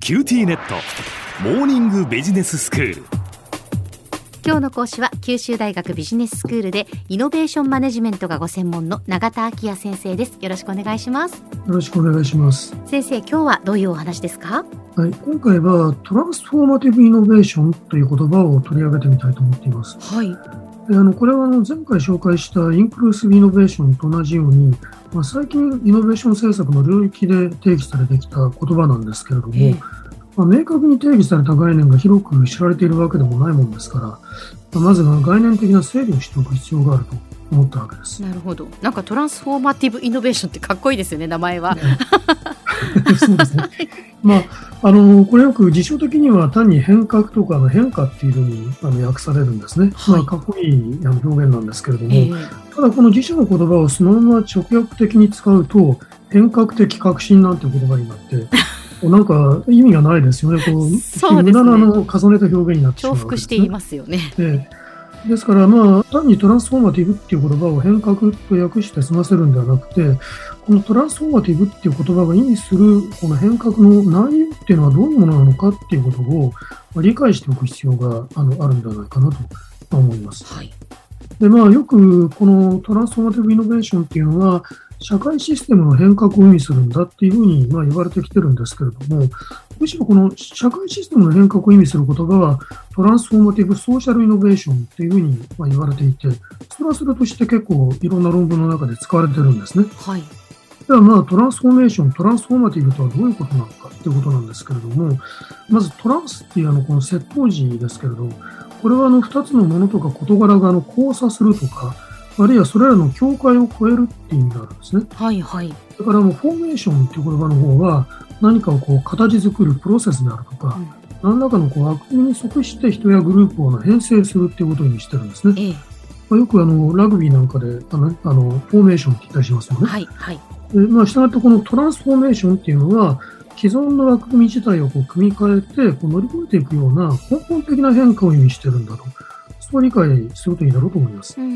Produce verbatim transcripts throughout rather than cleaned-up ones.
キューティーネットモーニングビジネススクール。 今日の講師は九州大学ビジネススクールでイノベーションマネジメントがご専門の永田昭也先生です。よろしくお願いします。 よろしくお願いします。 先生、今日はどういうお話ですか？ はい、今回はトランスフォーマティブイノベーションという言葉を取り上げてみたいと思っています。 はい。 であのこれはあの前回紹介したインクルーシブイノベーションと同じように、まあ、最近イノベーション政策の領域で定義されてきた言葉なんですけれども、えーまあ、明確に定義された概念が広く知られているわけでもないものですから、まあ、まずは概念的な整理をしておく必要があると思ったわけです。 なるほど。なんかトランスフォーマティブイノベーションってかっこいいですよね、名前は。 そうですね。まあ、あのこれよく辞書的には単に変革とかの変化っていうふうにあの訳されるんですね。はい、まあ、かっこいいあの表現なんですけれども、えー、ただこの辞書の言葉をそのまま直訳的に使うと変革的革新なんていう言葉になってなんか意味がないですよね。こうそうですね、無駄なの重ねた表現になってしまうわけですね。重複していますよね。えーですから、まあ、単にトランスフォーマティブっていう言葉を変革と訳して済ませるんではなくて、このトランスフォーマティブっていう言葉が意味するこの変革の内容っていうのはどういうものなのかっていうことを理解しておく必要が あのあるんではないかなと思います。はい。で、まあ、よくこのトランスフォーマティブイノベーションっていうのは社会システムの変革を意味するんだっていうふうにまあ言われてきてるんですけれども、むしろこの社会システムの変革を意味する言葉はトランスフォーマティブソーシャルイノベーションっていうふうにまあ言われていて、それはそれとして結構いろんな論文の中で使われてるんですね。はい。ではまあトランスフォーメーション、トランスフォーマティブとはどういうことなのかっていうことなんですけれども、まずトランスっていうあのこの接頭辞ですけれど、これはあのふたつのものとか事柄があの交差するとか、あるいはそれらの境界を超えるっていう意味があるんですね。はいはい。だからもうフォーメーションっていう言葉の方は何かをこう形作るプロセスであるとか、うん、何らかのこう枠組みに即して人やグループを編成するっていうことを意味してるんですね。ええ、まあ、よくあのラグビーなんかであのあのフォーメーションって言ったりしますよね。はいはい。で、まあ、したがってこのトランスフォーメーションっていうのは既存の枠組み自体をこう組み替えてこう乗り越えていくような根本的な変化を意味してるんだと、そう理解するといいだろうと思います。うん。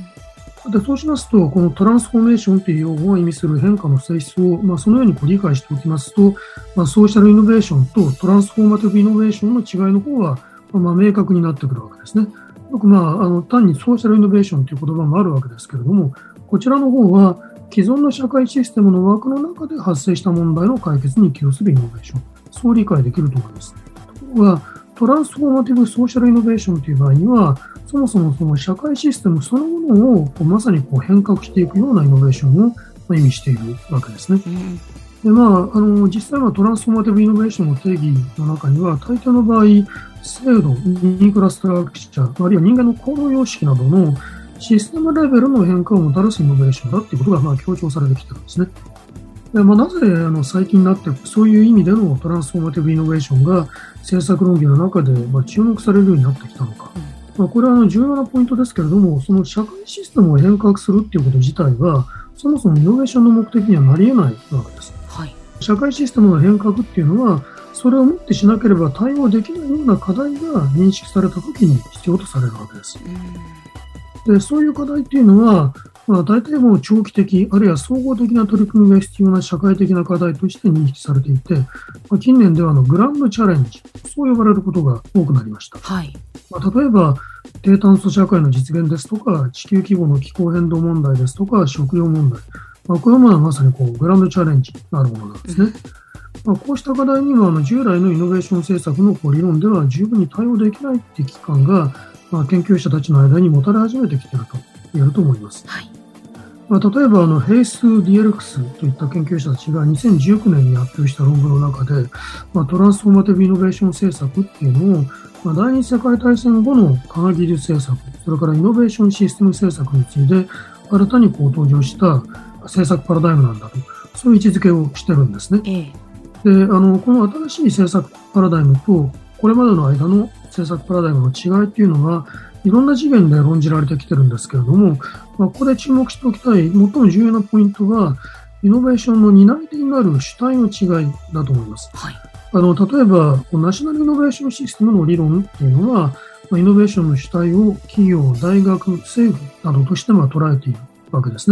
でそうしますと、このトランスフォーメーションという用語が意味する変化の性質を、まあ、そのようにこう理解しておきますと、まあ、ソーシャルイノベーションとトランスフォーマティブイノベーションの違いの方は、まあ、明確になってくるわけですね。よく、まあ、あの単にソーシャルイノベーションという言葉もあるわけですけれども、こちらの方は既存の社会システムの枠の中で発生した問題の解決に寄与するイノベーション、そう理解できると思います。ところが、トランスフォーマティブソーシャルイノベーションという場合には、そもそもその社会システムそのものをこうまさにこう変革していくようなイノベーションを意味しているわけですね。うん、でまあ、あの実際はトランスフォーマティブイノベーションの定義の中には、大抵の場合、制度、インフラストラクチャー、あるいは人間の行動様式などのシステムレベルの変化をもたらすイノベーションだということがまあ強調されてきているんですね。でまあ、なぜあの最近になってそういう意味でのトランスフォーマティブイノベーションが政策論議の中でまあ注目されるようになってきたのか。まあ、これは重要なポイントですけれども、その社会システムを変革するということ自体は、そもそもイノベーションの目的にはなり得ないわけです。はい、社会システムの変革っていうのは、それをもってしなければ対応できないような課題が認識されたときに必要とされるわけです。で、そういう課題っていうのは、まあ、大体もう長期的、あるいは総合的な取り組みが必要な社会的な課題として認識されていて、まあ、近年ではあのグランドチャレンジ、そう呼ばれることが多くなりました。はい、まあ、例えば、低炭素社会の実現ですとか、地球規模の気候変動問題ですとか、食料問題、まあ、こういうものはまさにこうグランドチャレンジのあるものなんですね。まあ、こうした課題にはあの従来のイノベーション政策のこう理論では十分に対応できないという危機感が、まあ、研究者たちの間に持たれ始めてきていると言えると思います。はい、まあ、例えばあのヘイス・ディエルクスといった研究者たちがにせんじゅうきゅうねんに発表した論文の中で、まあ、トランスフォーマティブイノベーション政策っていうのを、まあ、第二次世界大戦後の科学技術政策、それからイノベーションシステム政策について新たにこう登場した政策パラダイムなんだと、そういう位置づけをしてるんですね。ええ、であのこの新しい政策パラダイムとこれまでの間の政策パラダイムの違いっていうのはいろんな次元で論じられてきてるんですけれども、まあ、ここで注目しておきたい最も重要なポイントはイノベーションの担い手になる主体の違いだと思います。はい、あの例えばナショナルイノベーションシステムの理論っていうのは、まあ、イノベーションの主体を企業、大学、政府などとしてまあ捉えているわけですね。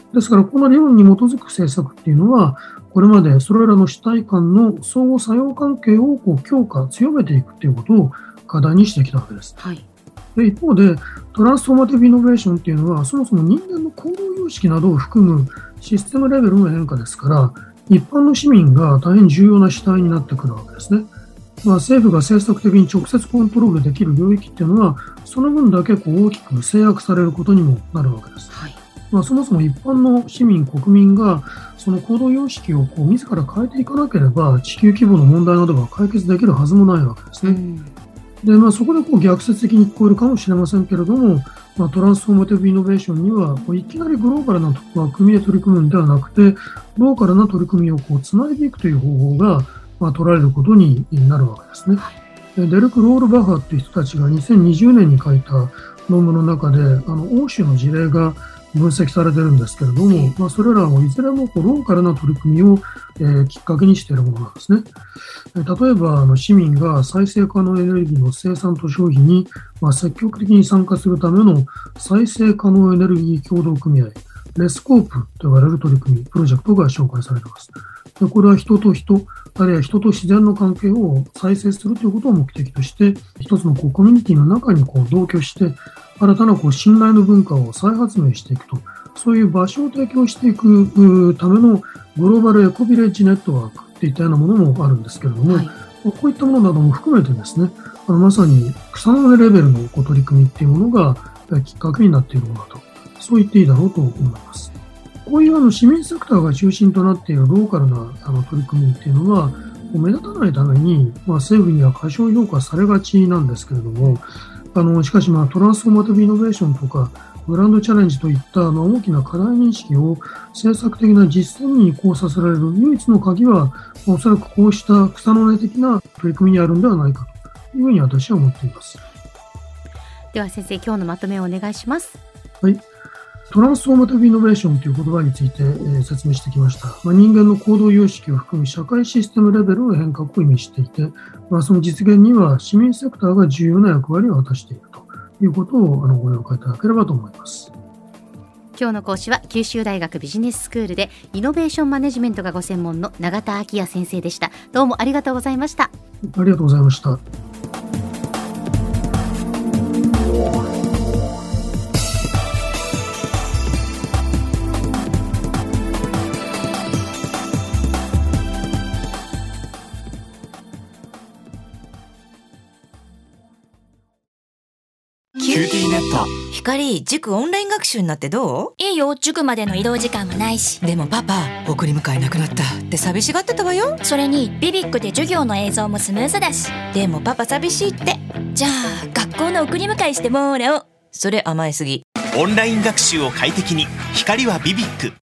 ですから、この理論に基づく政策っていうのは、これまでそれらの主体間の相互作用関係をこう強化、強めていくということを課題にしてきたわけです。 はい、 で一方で、トランスフォーマティブイノベーションっていうのは、そもそも人間の行動様式などを含むシステムレベルの変化ですから、一般の市民が大変重要な主体になってくるわけですね。まあ、政府が政策的に直接コントロールできる領域っていうのは、その分だけこう大きく制約されることにもなるわけです。 はい、 まあ、そもそも一般の市民、国民がその行動様式をこう自ら変えていかなければ、地球規模の問題などが解決できるはずもないわけですね。うんでまあ、そこでこう逆説的に聞こえるかもしれませんけれども、まあ、トランスフォーマティブイノベーションにはこういきなりグローバルな枠組みで取り組むのではなくて、ローカルな取り組みをこうつないでいくという方法が、まあ、取られることになるわけですね。デルク・ロールバハーという人たちがにせんにじゅうねんに書いた論文の中で、あの欧州の事例が分析されているんですけれども、まあ、それらをいずれもこうローカルな取り組みを、えー、きっかけにしているものなんですね。例えば、あの市民が再生可能エネルギーの生産と消費に、まあ、積極的に参加するための再生可能エネルギー協同組合、レスコープと呼ばれる取り組み、プロジェクトが紹介されています。でこれは人と人、あるいは人と自然の関係を再生するということを目的として、一つのこうコミュニティの中にこう同居して、新たなこう信頼の文化を再発明していくと、そういう場所を提供していくためのグローバルエコビレッジネットワークといったようなものもあるんですけれども、はい、こういったものなども含めてですね、あのまさに草の根レベルのこう取り組みっていうものがきっかけになっているものだと、そう言っていいだろうと思います。こういうあの市民セクターが中心となっているローカルなあの取り組みっていうのは、目立たないために、まあ、政府には過小評価されがちなんですけれども、あのしかし、まあ、トランスフォーマティブイノベーションとかグランドチャレンジといった、まあ、大きな課題認識を政策的な実践に移行させられる唯一の鍵は、おそらくこうした草の根的な取り組みにあるんではないかというふうに私は思っています。 では先生、今日のまとめをお願いします。 はい。トランスフォーマティブイノベーションという言葉について、えー、説明してきました。まあ、人間の行動様式を含む社会システムレベルの変革を意味していて、まあ、その実現には市民セクターが重要な役割を果たしているということをあのご了解いただければと思います。 今日の講師は九州大学ビジネススクールでイノベーションマネジメントがご専門の永田昭也先生でした。どうもありがとうございました。 ありがとうございました。 キューティーネット。光、塾オンライン学習になってどう？ いいよ、塾までの移動時間はないし。 でもパパ、送り迎えなくなったって寂しがってたわよ。 それにビビックで授業の映像もスムーズだし。 でもパパ寂しいって。 じゃあ学校の送り迎えしてもらおう。 それ甘えすぎ。 オンライン学習を快適に、光はビビック。